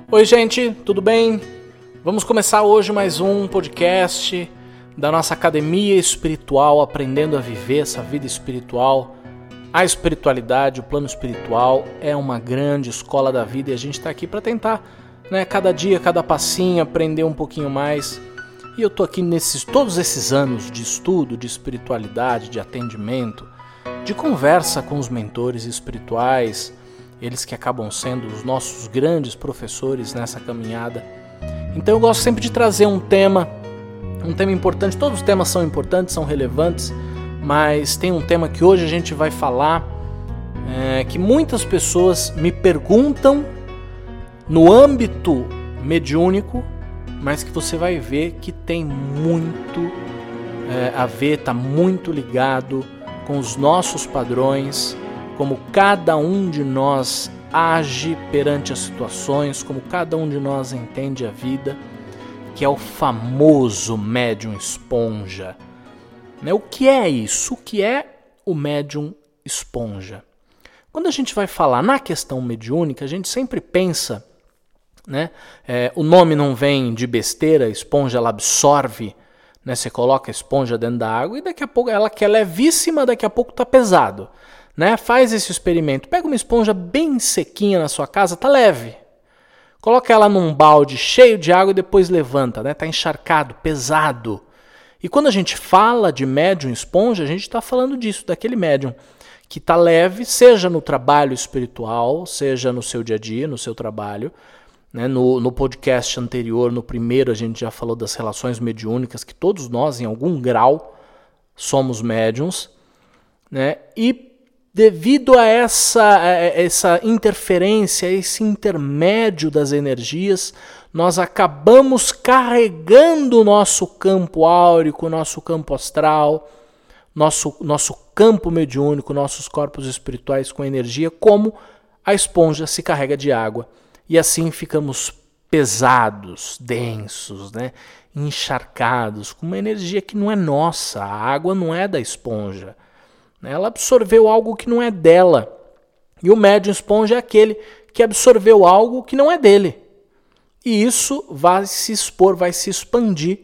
Oi gente, tudo bem? Vamos começar hoje mais um podcast da nossa Academia Espiritual, aprendendo a viver essa vida espiritual. A espiritualidade, o plano espiritual é uma grande escola da vida e a gente está aqui para tentar, cada dia, cada passinho, aprender um pouquinho mais. E eu estou aqui todos esses anos de estudo, de espiritualidade, de atendimento, de conversa com os mentores espirituais, eles que acabam sendo os nossos grandes professores nessa caminhada. Então eu gosto sempre de trazer um tema importante. Todos os temas são importantes, são relevantes, mas tem um tema que hoje a gente vai falar, que muitas pessoas me perguntam no âmbito mediúnico, mas que você vai ver que tem muito a ver, está muito ligado com os nossos padrões, como cada um de nós age perante as situações, como cada um de nós entende a vida, que é o famoso médium esponja. O que é isso? O que é o médium esponja? Quando a gente vai falar na questão mediúnica, a gente sempre pensa, o nome não vem de besteira, a esponja ela absorve, você coloca a esponja dentro da água e daqui a pouco ela que é levíssima, daqui a pouco está pesado. Faz esse experimento, pega uma esponja bem sequinha na sua casa, tá leve. Coloca ela num balde cheio de água e depois levanta, tá encharcado, pesado. E quando a gente fala de médium esponja, a gente está falando disso, daquele médium que tá leve, seja no trabalho espiritual, seja no seu dia a dia, no seu trabalho. No podcast anterior, no primeiro, a gente já falou das relações mediúnicas, que todos nós, em algum grau, somos médiums. E devido a essa interferência, esse intermédio das energias, nós acabamos carregando o nosso campo áurico, nosso campo astral, nosso campo mediúnico, nossos corpos espirituais com energia, como a esponja se carrega de água. E assim ficamos pesados, densos, encharcados, com uma energia que não é nossa. A água não é da esponja. Ela absorveu algo que não é dela. E o médium esponja é aquele que absorveu algo que não é dele. E isso vai se expor, vai se expandir,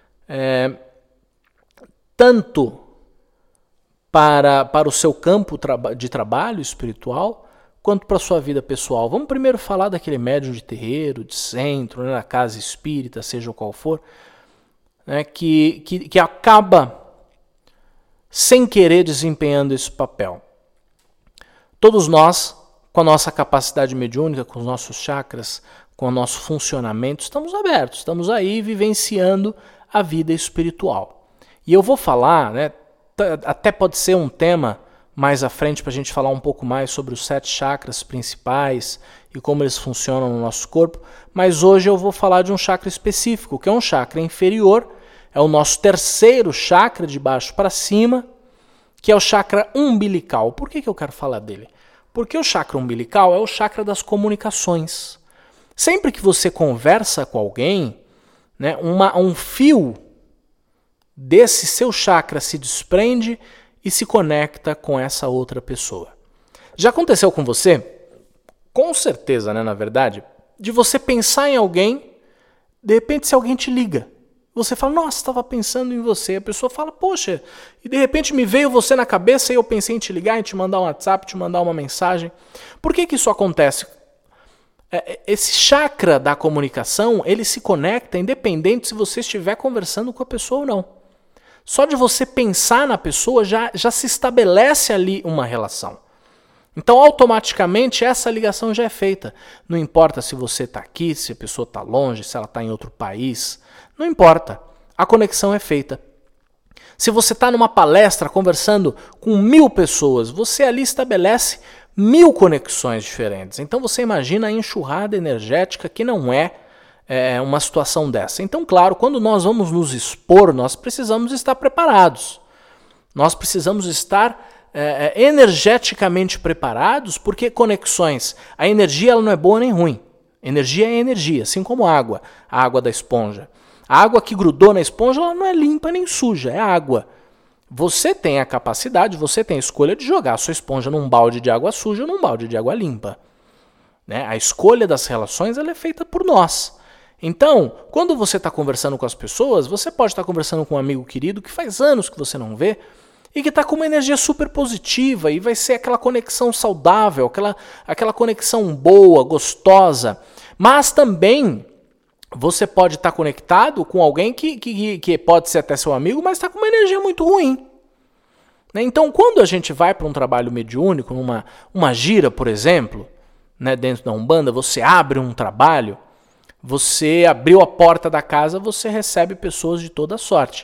tanto para o seu campo de trabalho espiritual, quanto para a sua vida pessoal. Vamos primeiro falar daquele médium de terreiro, de centro, na casa espírita, seja qual for, que acaba sem querer desempenhando esse papel. Todos nós, com a nossa capacidade mediúnica, com os nossos chakras, com o nosso funcionamento, estamos abertos, estamos aí vivenciando a vida espiritual. E eu vou falar, até pode ser um tema mais à frente para a gente falar um pouco mais sobre os 7 chakras principais e como eles funcionam no nosso corpo, mas hoje eu vou falar de um chakra específico, que é um chakra inferior. É o nosso terceiro chakra, de baixo para cima, que é o chakra umbilical. Por que eu quero falar dele? Porque o chakra umbilical é o chakra das comunicações. Sempre que você conversa com alguém, um fio desse seu chakra se desprende e se conecta com essa outra pessoa. Já aconteceu com você? Com certeza, na verdade, de você pensar em alguém, de repente se alguém te liga, você fala, nossa, estava pensando em você. A pessoa fala, poxa, e de repente me veio você na cabeça e eu pensei em te ligar, em te mandar um WhatsApp, te mandar uma mensagem. Por que isso acontece? Esse chakra da comunicação, ele se conecta independente se você estiver conversando com a pessoa ou não. Só de você pensar na pessoa já se estabelece ali uma relação. Então, automaticamente, essa ligação já é feita. Não importa se você está aqui, se a pessoa está longe, se ela está em outro país. Não importa. A conexão é feita. Se você está numa palestra conversando com 1000 pessoas, você ali estabelece 1000 conexões diferentes. Então, você imagina a enxurrada energética que não é uma situação dessa. Então, claro, quando nós vamos nos expor, nós precisamos estar preparados. Nós precisamos estar energeticamente preparados, porque conexões, a energia ela não é boa nem ruim. Energia é energia, assim como a água da esponja. A água que grudou na esponja ela não é limpa nem suja, é água. Você tem a capacidade, você tem a escolha de jogar a sua esponja num balde de água suja ou num balde de água limpa. né? A escolha das relações ela é feita por nós. Então, quando você está conversando com as pessoas, você pode estar conversando com um amigo querido que faz anos que você não vê e que está com uma energia super positiva e vai ser aquela conexão saudável, aquela conexão boa, gostosa. Mas também você pode estar conectado com alguém que pode ser até seu amigo, mas está com uma energia muito ruim. Então, quando a gente vai para um trabalho mediúnico, uma gira, por exemplo, né, dentro da Umbanda, você abre um trabalho, você abriu a porta da casa, você recebe pessoas de toda sorte.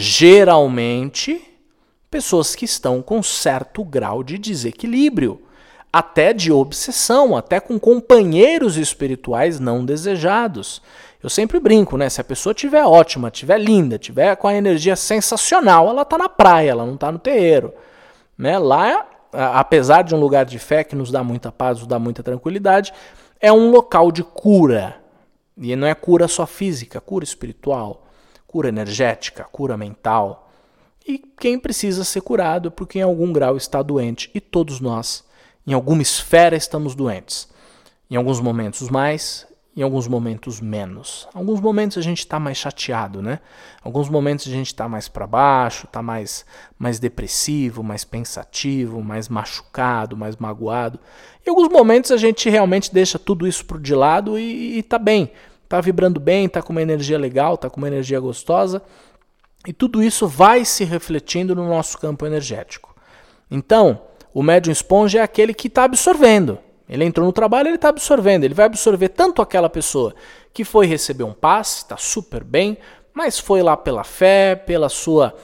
Geralmente, pessoas que estão com certo grau de desequilíbrio, até de obsessão, até com companheiros espirituais não desejados. Eu sempre brinco, né? Se a pessoa estiver ótima, estiver linda, estiver com a energia sensacional, ela está na praia, ela não está no terreiro. Né? Lá, apesar de um lugar de fé que nos dá muita paz, nos dá muita tranquilidade, é um local de cura. E não é cura só física, cura espiritual, cura energética, cura mental. E quem precisa ser curado é porque em algum grau está doente. E todos nós, em alguma esfera, estamos doentes. Em alguns momentos mais, em alguns momentos menos. Em alguns momentos a gente está mais chateado, né? Em alguns momentos a gente está mais para baixo, está mais depressivo, mais pensativo, mais machucado, mais magoado. Em alguns momentos a gente realmente deixa tudo isso de lado e está bem. Está vibrando bem, está com uma energia legal, está com uma energia gostosa. E tudo isso vai se refletindo no nosso campo energético. Então, o médium esponja é aquele que está absorvendo. Ele entrou no trabalho, ele está absorvendo. Ele vai absorver tanto aquela pessoa que foi receber um passe, está super bem, mas foi lá pela fé, pela sua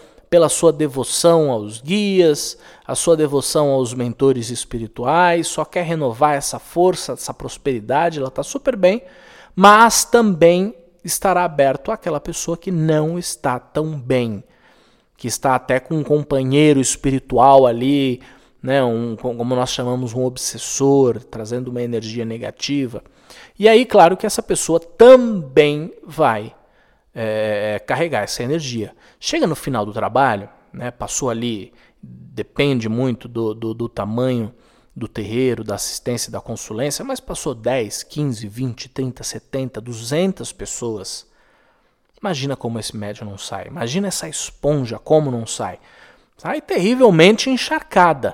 devoção aos guias, a sua devoção aos mentores espirituais, só quer renovar essa força, essa prosperidade, ela está super bem, mas também estará aberto àquela pessoa que não está tão bem, que está até com um companheiro espiritual ali, né, como nós chamamos, um obsessor, trazendo uma energia negativa. E aí, claro que essa pessoa também vai carregar essa energia. Chega no final do trabalho, né, passou ali, depende muito do tamanho do terreiro, da assistência, da consulência, mas passou 10, 15, 20, 30, 70, 200 pessoas. Imagina como esse médium não sai. Imagina essa esponja como não sai. Sai terrivelmente encharcada.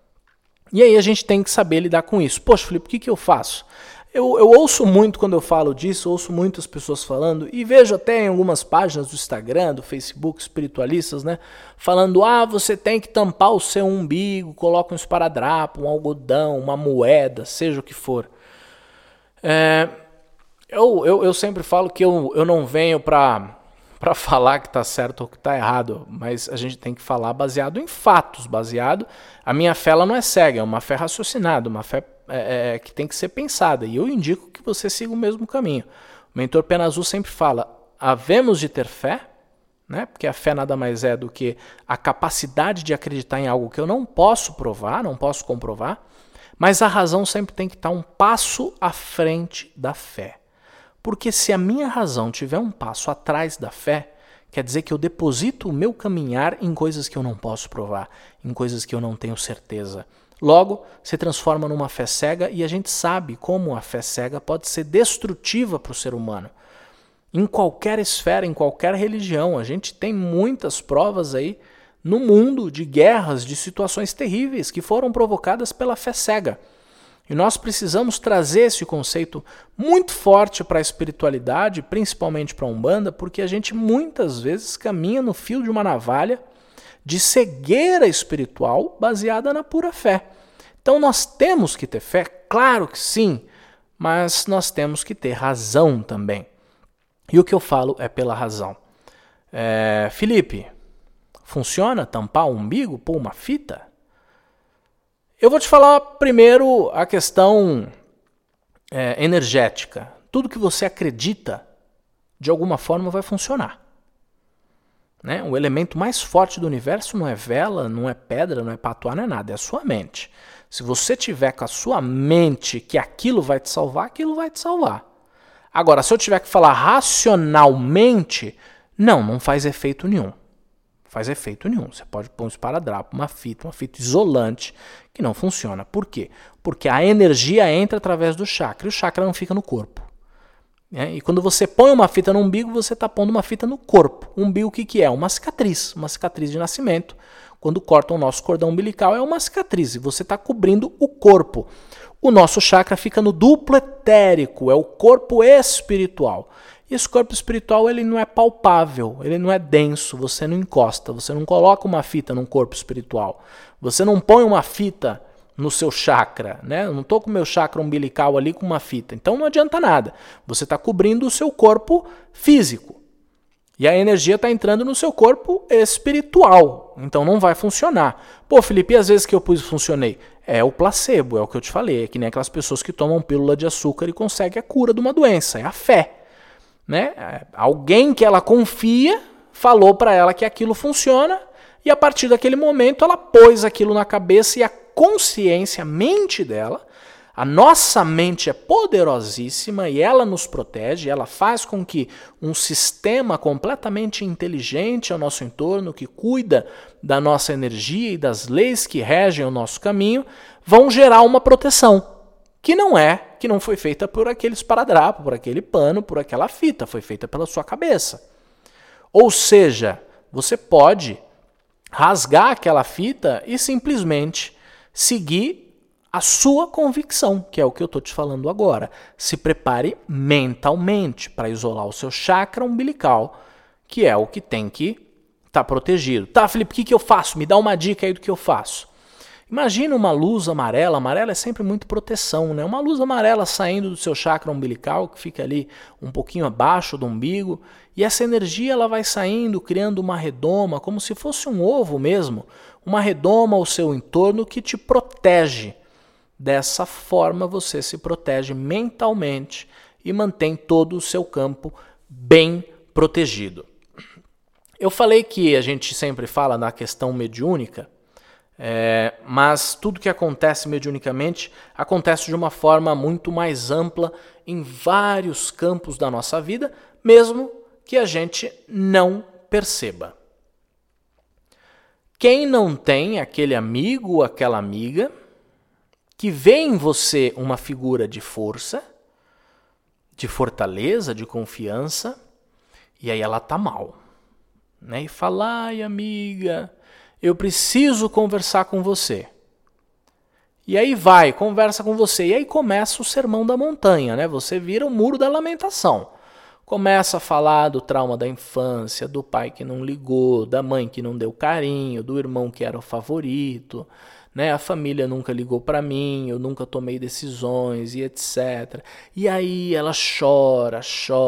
E aí a gente tem que saber lidar com isso. Poxa, Felipe, o que eu faço? Eu ouço muito quando eu falo disso, ouço muitas pessoas falando, e vejo até em algumas páginas do Instagram, do Facebook, espiritualistas, né, falando, você tem que tampar o seu umbigo, coloca um esparadrapo, um algodão, uma moeda, seja o que for. Eu sempre falo que eu não venho para falar que está certo ou que está errado, mas a gente tem que falar baseado em fatos, a minha fé ela não é cega, é uma fé raciocinada, uma fé que tem que ser pensada, e eu indico que você siga o mesmo caminho. O mentor Pena Azul sempre fala, havemos de ter fé, né? Porque a fé nada mais é do que a capacidade de acreditar em algo que eu não posso provar, não posso comprovar, mas a razão sempre tem que estar um passo à frente da fé. Porque se a minha razão tiver um passo atrás da fé, quer dizer que eu deposito o meu caminhar em coisas que eu não posso provar, em coisas que eu não tenho certeza. Logo, se transforma numa fé cega e a gente sabe como a fé cega pode ser destrutiva para o ser humano. Em qualquer esfera, em qualquer religião, a gente tem muitas provas aí no mundo de guerras, de situações terríveis que foram provocadas pela fé cega. E nós precisamos trazer esse conceito muito forte para a espiritualidade, principalmente para a Umbanda, porque a gente muitas vezes caminha no fio de uma navalha de cegueira espiritual baseada na pura fé. Então nós temos que ter fé, claro que sim, mas nós temos que ter razão também. E o que eu falo é pela razão. Felipe, funciona tampar o umbigo, pôr uma fita? Eu vou te falar primeiro a questão energética. Tudo que você acredita, de alguma forma, vai funcionar. Né? O elemento mais forte do universo não é vela, não é pedra, não é patuá, não é nada, é a sua mente. Se você tiver com a sua mente que aquilo vai te salvar, aquilo vai te salvar. Agora, se eu tiver que falar racionalmente, não faz efeito nenhum. Faz efeito nenhum. Você pode pôr um esparadrapo, uma fita isolante, que não funciona. Por quê? Porque a energia entra através do chakra e o chakra não fica no corpo. E quando você põe uma fita no umbigo, você está pondo uma fita no corpo. O umbigo o que é? Uma cicatriz de nascimento. Quando cortam o nosso cordão umbilical é uma cicatriz e você está cobrindo o corpo. O nosso chakra fica no duplo etérico, é o corpo espiritual. E esse corpo espiritual ele não é palpável, ele não é denso, você não encosta, você não coloca uma fita num corpo espiritual. Você não põe uma fita no seu chakra, né? Eu não estou com o meu chakra umbilical ali com uma fita, então não adianta nada. Você está cobrindo o seu corpo físico. E a energia está entrando no seu corpo espiritual, então não vai funcionar. Pô, Felipe, e às vezes que eu funcionei? É o placebo, é o que eu te falei, é que nem aquelas pessoas que tomam pílula de açúcar e conseguem a cura de uma doença, é a fé. Né? Alguém que ela confia falou para ela que aquilo funciona e a partir daquele momento ela pôs aquilo na cabeça e a consciência, a mente dela, a nossa mente é poderosíssima e ela nos protege, ela faz com que um sistema completamente inteligente ao nosso entorno, que cuida da nossa energia e das leis que regem o nosso caminho, vão gerar uma proteção. Que não foi feita por aquele esparadrapo, por aquele pano, por aquela fita, foi feita pela sua cabeça. Ou seja, você pode rasgar aquela fita e simplesmente seguir a sua convicção, que é o que eu estou te falando agora. Se prepare mentalmente para isolar o seu chakra umbilical, que é o que tem que estar protegido. Tá, Felipe, o que eu faço? Me dá uma dica aí do que eu faço. Imagina uma luz amarela, amarela é sempre muito proteção, né? Uma luz amarela saindo do seu chakra umbilical, que fica ali um pouquinho abaixo do umbigo, e essa energia ela vai saindo, criando uma redoma, como se fosse um ovo mesmo, uma redoma ao seu entorno que te protege. Dessa forma você se protege mentalmente e mantém todo o seu campo bem protegido. Eu falei que a gente sempre fala na questão mediúnica, mas tudo que acontece mediunicamente acontece de uma forma muito mais ampla em vários campos da nossa vida, mesmo que a gente não perceba. Quem não tem aquele amigo ou aquela amiga que vê em você uma figura de força, de fortaleza, de confiança, e aí ela tá mal, né? E fala, ai amiga, eu preciso conversar com você. E aí vai, conversa com você. E aí começa o sermão da montanha, né? Você vira o muro da lamentação. Começa a falar do trauma da infância, do pai que não ligou, da mãe que não deu carinho, do irmão que era o favorito, né? A família nunca ligou para mim, eu nunca tomei decisões e etc. E aí ela chora,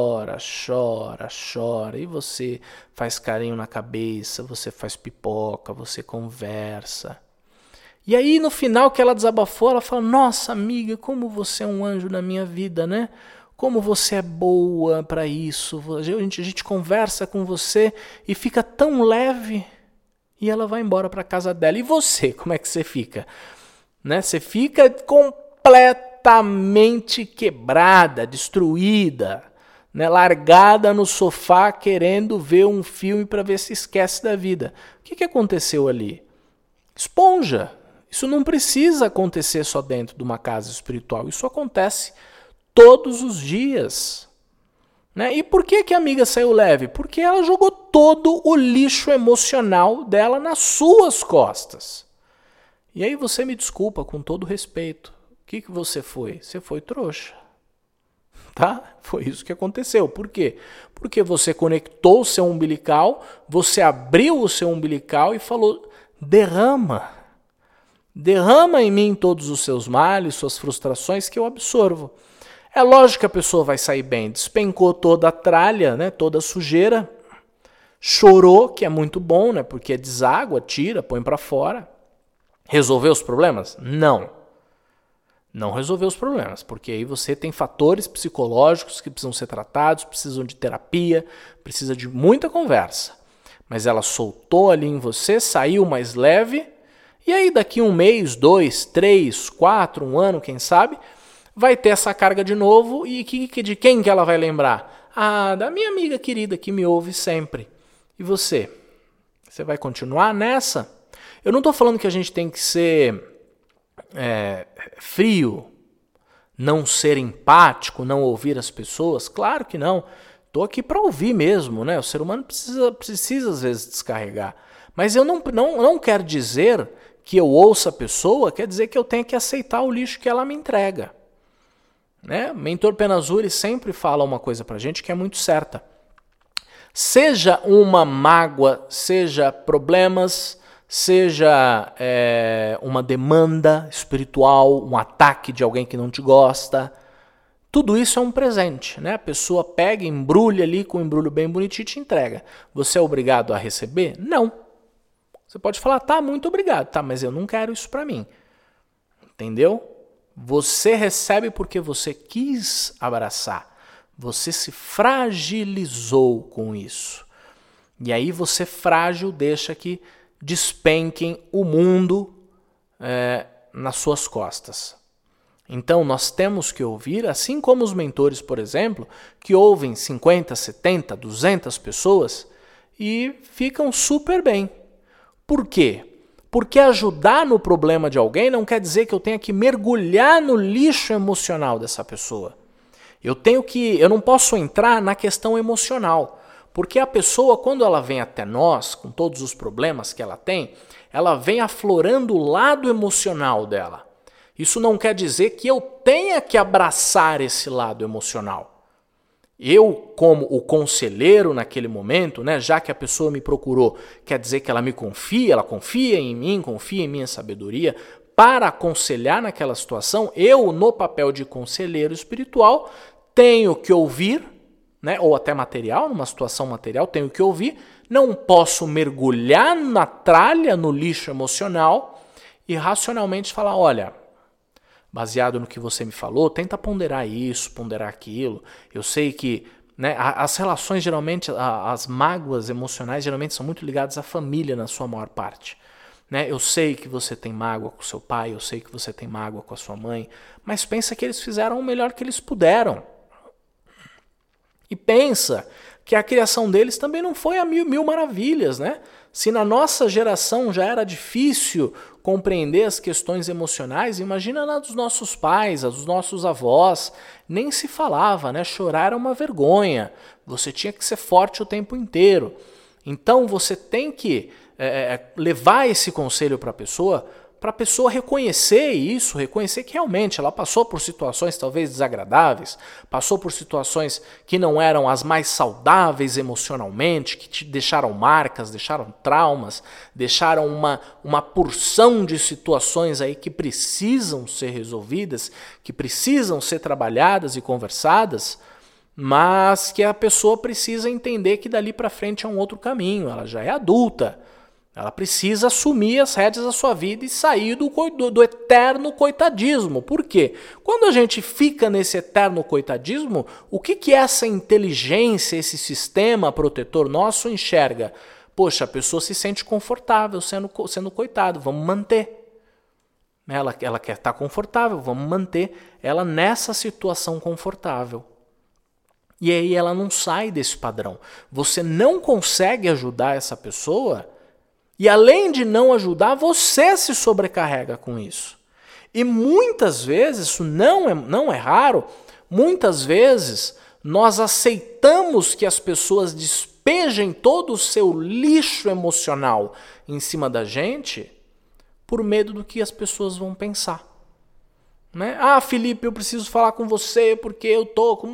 e você faz carinho na cabeça, você faz pipoca, você conversa. E aí no final que ela desabafou, ela fala, nossa amiga, como você é um anjo na minha vida, né? Como você é boa para isso, a gente conversa com você e fica tão leve. E ela vai embora para casa dela. E você, como é que você fica? Né? Você fica completamente quebrada, destruída, né? Largada no sofá querendo ver um filme para ver se esquece da vida. O que aconteceu ali? Esponja. Isso não precisa acontecer só dentro de uma casa espiritual. Isso acontece todos os dias. Né? E por que a amiga saiu leve? Porque ela jogou todo o lixo emocional dela nas suas costas. E aí você me desculpa, com todo respeito. O que você foi? Você foi trouxa. Tá? Foi isso que aconteceu. Por quê? Porque você conectou o seu umbilical, você abriu o seu umbilical e falou, derrama. Derrama em mim todos os seus males, suas frustrações que eu absorvo. É lógico que a pessoa vai sair bem, despencou toda a tralha, né, toda a sujeira, chorou, que é muito bom, né, porque deságua, tira, põe para fora. Resolveu os problemas? Não. Não resolveu os problemas, porque aí você tem fatores psicológicos que precisam ser tratados, precisam de terapia, precisa de muita conversa. Mas ela soltou ali em você, saiu mais leve, e aí daqui 1 mês, 2, 3, 4, 1 ano, quem sabe, vai ter essa carga de novo e de quem que ela vai lembrar? Ah, da minha amiga querida que me ouve sempre. E você? Você vai continuar nessa? Eu não estou falando que a gente tem que ser frio, não ser empático, não ouvir as pessoas. Claro que não. Estou aqui para ouvir mesmo, né? O ser humano precisa às vezes descarregar. Mas eu não quero dizer que eu ouça a pessoa, quer dizer que eu tenho que aceitar o lixo que ela me entrega. Né? Mentor Penazzuri sempre fala uma coisa para a gente que é muito certa. Seja uma mágoa, seja problemas, seja uma demanda espiritual, um ataque de alguém que não te gosta, tudo isso é um presente, né? A pessoa pega, embrulha ali com um embrulho bem bonitinho e te entrega. Você é obrigado a receber? Não. Você pode falar, tá, muito obrigado, tá, mas eu não quero isso para mim. Entendeu? Você recebe porque você quis abraçar. Você se fragilizou com isso. E aí você frágil deixa que despenquem o mundo nas suas costas. Então nós temos que ouvir, assim como os mentores, por exemplo, que ouvem 50, 70, 200 pessoas e ficam super bem. Por quê? Porque ajudar no problema de alguém não quer dizer que eu tenha que mergulhar no lixo emocional dessa pessoa. Eu não posso entrar na questão emocional, porque a pessoa, quando ela vem até nós, com todos os problemas que ela tem, ela vem aflorando o lado emocional dela. Isso não quer dizer que eu tenha que abraçar esse lado emocional. Eu, como o conselheiro naquele momento, né, já que a pessoa me procurou, quer dizer que ela me confia, ela confia em mim, confia em minha sabedoria, para aconselhar naquela situação, eu, no papel de conselheiro espiritual, tenho que ouvir, né, ou até material, numa situação material, tenho que ouvir, não posso mergulhar na tralha, no lixo emocional, e racionalmente falar, olha, baseado no que você me falou, tenta ponderar isso, ponderar aquilo. Eu sei que, né, as relações geralmente, as mágoas emocionais geralmente são muito ligadas à família na sua maior parte. Né? Eu sei que você tem mágoa com seu pai, eu sei que você tem mágoa com a sua mãe, mas pensa que eles fizeram o melhor que eles puderam. E pensa que a criação deles também não foi a mil maravilhas, né? Se na nossa geração já era difícil compreender as questões emocionais, imagina na dos nossos pais, a dos nossos avós, nem se falava, né? Chorar era uma vergonha, você tinha que ser forte o tempo inteiro. Então você tem que levar esse conselho para a pessoa reconhecer isso, reconhecer que realmente ela passou por situações talvez desagradáveis, passou por situações que não eram as mais saudáveis emocionalmente, que te deixaram marcas, deixaram traumas, deixaram uma porção de situações aí que precisam ser resolvidas, que precisam ser trabalhadas e conversadas, mas que a pessoa precisa entender que dali para frente é um outro caminho, ela já é adulta. Ela precisa assumir as rédeas da sua vida e sair do eterno coitadismo. Por quê? Quando a gente fica nesse eterno coitadismo, o que essa inteligência, esse sistema protetor nosso enxerga? Poxa, a pessoa se sente confortável sendo coitado, vamos manter. Ela quer estar confortável, vamos manter ela nessa situação confortável. E aí ela não sai desse padrão. Você não consegue ajudar essa pessoa. E além de não ajudar, você se sobrecarrega com isso. E muitas vezes, isso não é raro, muitas vezes nós aceitamos que as pessoas despejem todo o seu lixo emocional em cima da gente por medo do que as pessoas vão pensar. Né? Ah, Felipe, eu preciso falar com você porque eu tô com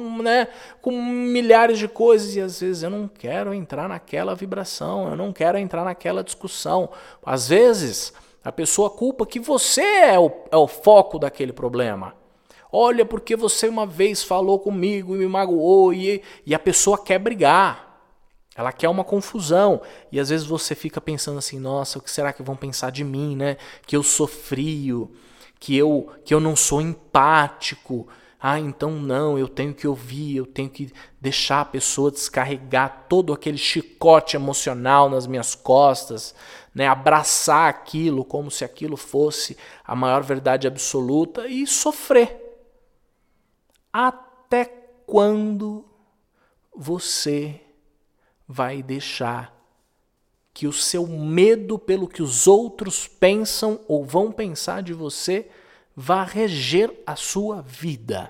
milhares de coisas e às vezes eu não quero entrar naquela vibração, eu não quero entrar naquela discussão. Às vezes a pessoa culpa que você é o foco daquele problema. Olha, porque você uma vez falou comigo e me magoou e a pessoa quer brigar. Ela quer uma confusão. E às vezes você fica pensando assim, nossa, o que será que vão pensar de mim, né? Que eu sou frio, que eu não sou empático. Ah, então não, eu tenho que ouvir, eu tenho que deixar a pessoa descarregar todo aquele chicote emocional nas minhas costas, né? Abraçar aquilo como se aquilo fosse a maior verdade absoluta e sofrer. Até quando você vai deixar que o seu medo pelo que os outros pensam ou vão pensar de você vá reger a sua vida.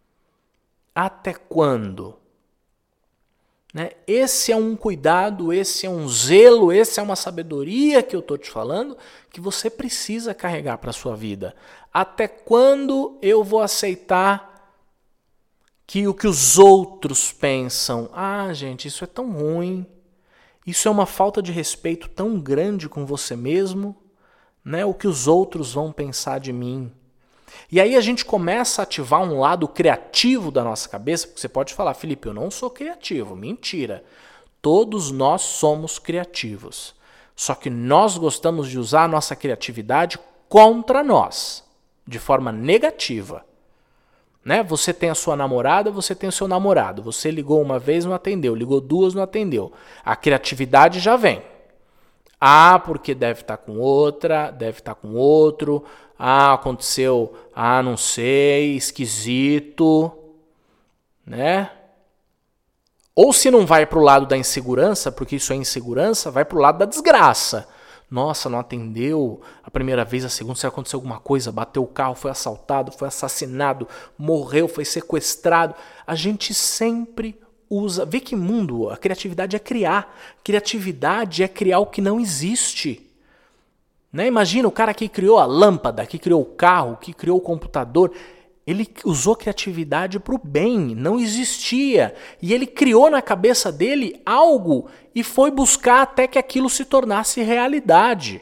Até quando? Né? Esse é um cuidado, esse é um zelo, esse é uma sabedoria que eu estou te falando que você precisa carregar para a sua vida. Até quando eu vou aceitar que o que os outros pensam? Ah, gente, isso é tão ruim. Isso é uma falta de respeito tão grande com você mesmo, né? O que os outros vão pensar de mim. E aí a gente começa a ativar um lado criativo da nossa cabeça, porque você pode falar, Felipe, eu não sou criativo. Mentira. Todos nós somos criativos. Só que nós gostamos de usar a nossa criatividade contra nós, de forma negativa. Né? Você tem a sua namorada, você tem o seu namorado. Você ligou uma vez, não atendeu. Ligou duas, não atendeu. A criatividade já vem. Ah, porque deve estar com outra, deve estar com outro. Ah, aconteceu, não sei, esquisito. Né? Ou se não vai para o lado da insegurança, porque isso é insegurança, vai para o lado da desgraça. Nossa, não atendeu a primeira vez, a segunda, se aconteceu alguma coisa, bateu o carro, foi assaltado, foi assassinado, morreu, foi sequestrado. A gente sempre usa... Vê que mundo, a criatividade é criar. Criatividade é criar o que não existe. Né? Imagina o cara que criou a lâmpada, que criou o carro, que criou o computador. Ele usou criatividade para o bem, não existia. E ele criou na cabeça dele algo e foi buscar até que aquilo se tornasse realidade.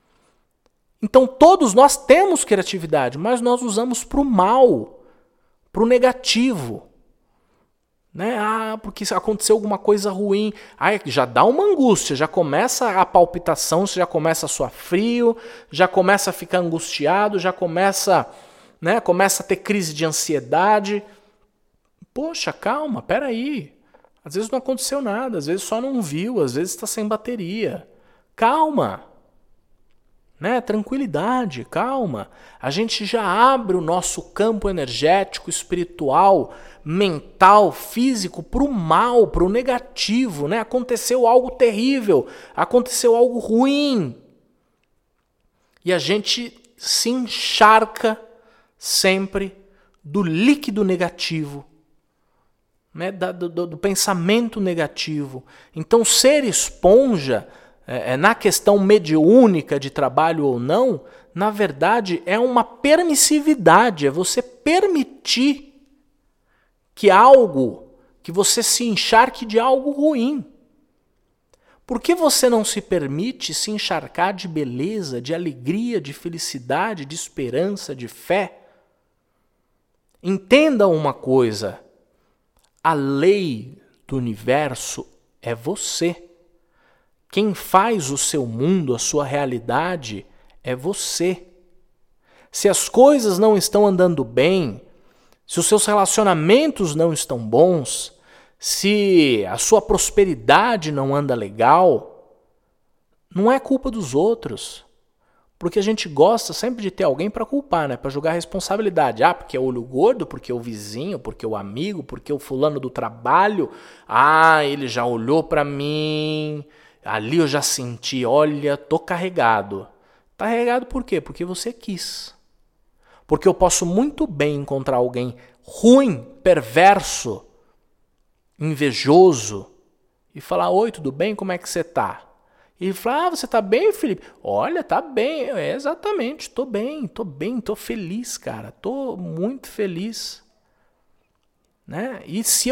Então todos nós temos criatividade, mas nós usamos para o mal, para o negativo. Né? Porque aconteceu alguma coisa ruim. Já dá uma angústia, já começa a palpitação, você já começa a suar frio, já começa a ficar angustiado, já começa... Né? Começa a ter crise de ansiedade. Poxa, calma, peraí. Às vezes não aconteceu nada, às vezes só não viu, às vezes está sem bateria. Calma. Né? Tranquilidade, calma. A gente já abre o nosso campo energético, espiritual, mental, físico para o mal, para o negativo. Né? Aconteceu algo terrível, aconteceu algo ruim. E a gente se encharca sempre do líquido negativo, né? do pensamento negativo. Então, ser esponja, na questão mediúnica de trabalho ou não, na verdade é uma permissividade, é você permitir que você se encharque de algo ruim. Por que você não se permite se encharcar de beleza, de alegria, de felicidade, de esperança, de fé? Entenda uma coisa, a lei do universo é você. Quem faz o seu mundo, a sua realidade, é você. Se as coisas não estão andando bem, se os seus relacionamentos não estão bons, se a sua prosperidade não anda legal, não é culpa dos outros. Porque a gente gosta sempre de ter alguém para culpar, né? Para jogar a responsabilidade. Porque é o olho gordo, porque é o vizinho, porque é o amigo, porque é o fulano do trabalho. Ele já olhou para mim, ali eu já senti, olha, tô carregado. Tá carregado por quê? Porque você quis. Porque eu posso muito bem encontrar alguém ruim, perverso, invejoso e falar, oi, tudo bem? Como é que você tá? E ele fala, você tá bem, Felipe? Olha, tá bem, exatamente, tô bem, tô feliz, cara, tô muito feliz. Né? E se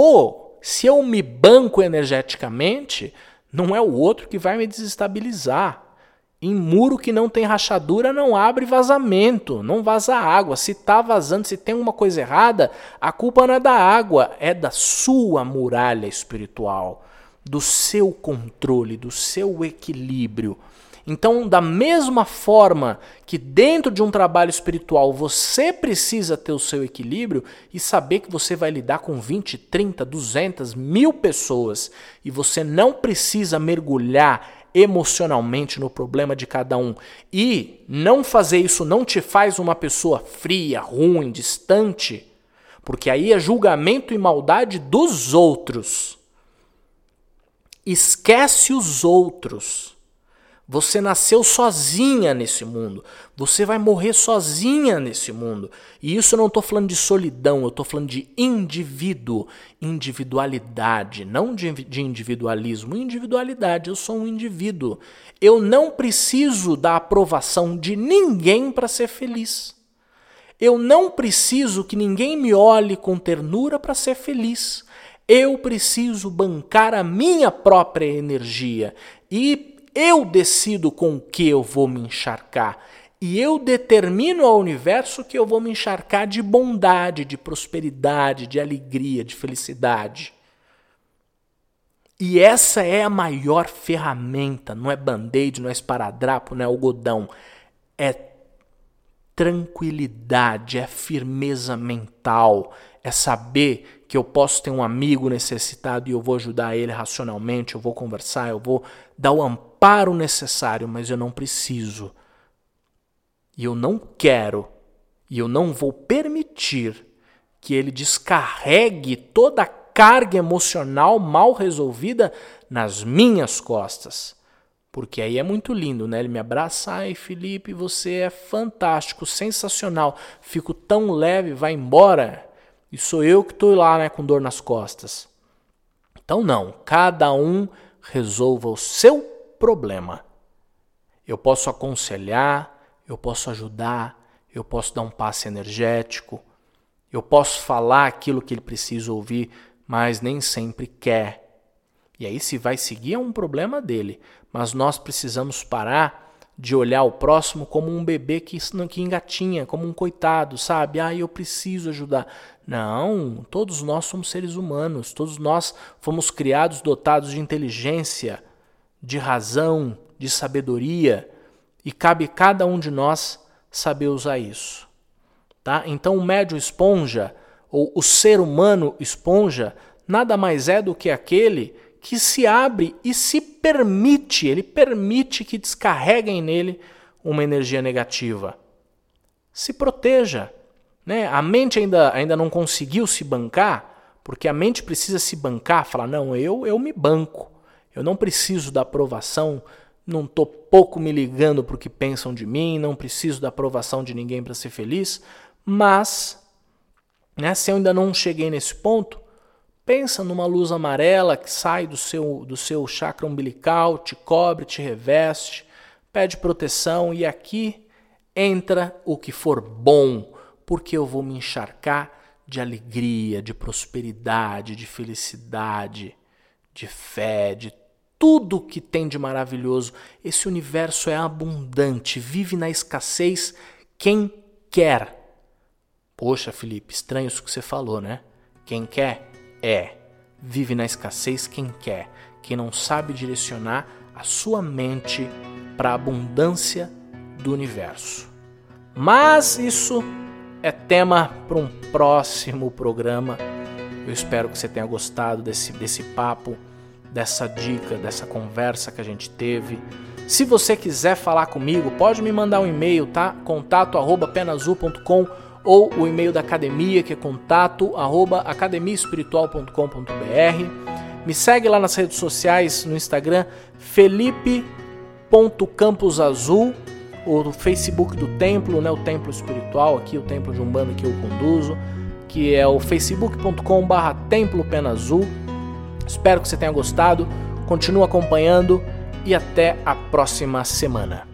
eu me banco energeticamente, não é o outro que vai me desestabilizar. Em muro que não tem rachadura, não abre vazamento, não vaza água. Se tá vazando, se tem uma coisa errada, a culpa não é da água, é da sua muralha espiritual, do seu controle, do seu equilíbrio. Então, da mesma forma que dentro de um trabalho espiritual você precisa ter o seu equilíbrio e saber que você vai lidar com 20, 30, 200, 1000 pessoas e você não precisa mergulhar emocionalmente no problema de cada um. E não fazer isso não te faz uma pessoa fria, ruim, distante, porque aí é julgamento e maldade dos outros. Esquece os outros. Você nasceu sozinha nesse mundo. Você vai morrer sozinha nesse mundo. E isso eu não estou falando de solidão, eu estou falando de indivíduo, individualidade, não de individualismo. Individualidade, eu sou um indivíduo. Eu não preciso da aprovação de ninguém para ser feliz. Eu não preciso que ninguém me olhe com ternura para ser feliz. Eu preciso bancar a minha própria energia e eu decido com o que eu vou me encharcar. E eu determino ao universo que eu vou me encharcar de bondade, de prosperidade, de alegria, de felicidade. E essa é a maior ferramenta. Não é band-aid, não é esparadrapo, não é algodão. É tranquilidade, é firmeza mental. É saber que eu posso ter um amigo necessitado e eu vou ajudar ele racionalmente, eu vou conversar, eu vou dar o amparo necessário, mas eu não preciso. E eu não quero, e eu não vou permitir que ele descarregue toda a carga emocional mal resolvida nas minhas costas. Porque aí é muito lindo, né? Ele me abraça, ai Felipe, você é fantástico, sensacional, fico tão leve, vai embora. E sou eu que estou lá, né, com dor nas costas. Então não, cada um resolva o seu problema. Eu posso aconselhar, eu posso ajudar, eu posso dar um passe energético, eu posso falar aquilo que ele precisa ouvir, mas nem sempre quer. E aí se vai seguir é um problema dele, mas nós precisamos parar de olhar o próximo como um bebê que engatinha, como um coitado, sabe? Ah, eu preciso ajudar. Não, todos nós somos seres humanos, todos nós fomos criados dotados de inteligência, de razão, de sabedoria, e cabe a cada um de nós saber usar isso. Tá? Então o médium esponja, ou o ser humano esponja, nada mais é do que aquele que se abre e se permite, ele permite que descarreguem nele uma energia negativa. Se proteja. Né? A mente ainda não conseguiu se bancar, porque a mente precisa se bancar, falar, não, eu me banco, eu não preciso da aprovação, não estou pouco me ligando para o que pensam de mim, não preciso da aprovação de ninguém para ser feliz, mas, né, se eu ainda não cheguei nesse ponto, pensa numa luz amarela que sai do seu chakra umbilical, te cobre, te reveste, pede proteção e aqui entra o que for bom, porque eu vou me encharcar de alegria, de prosperidade, de felicidade, de fé, de tudo que tem de maravilhoso. Esse universo é abundante, vive na escassez quem quer. Poxa, Felipe, estranho isso que você falou, né? Quem quer? Vive na escassez quem quer, quem não sabe direcionar a sua mente para a abundância do universo. Mas isso é tema para um próximo programa. Eu espero que você tenha gostado desse papo, dessa dica, dessa conversa que a gente teve. Se você quiser falar comigo, pode me mandar um e-mail, tá? contato@penazul.com ou o e-mail da academia, que é contato@academiaespiritual.com.br. Me segue lá nas redes sociais, no Instagram, felipe.camposazul, ou no Facebook do templo, né, o templo espiritual aqui, o templo de Umbanda que eu conduzo, que é o facebook.com/templo penazul. Espero que você tenha gostado, continue acompanhando e até a próxima semana.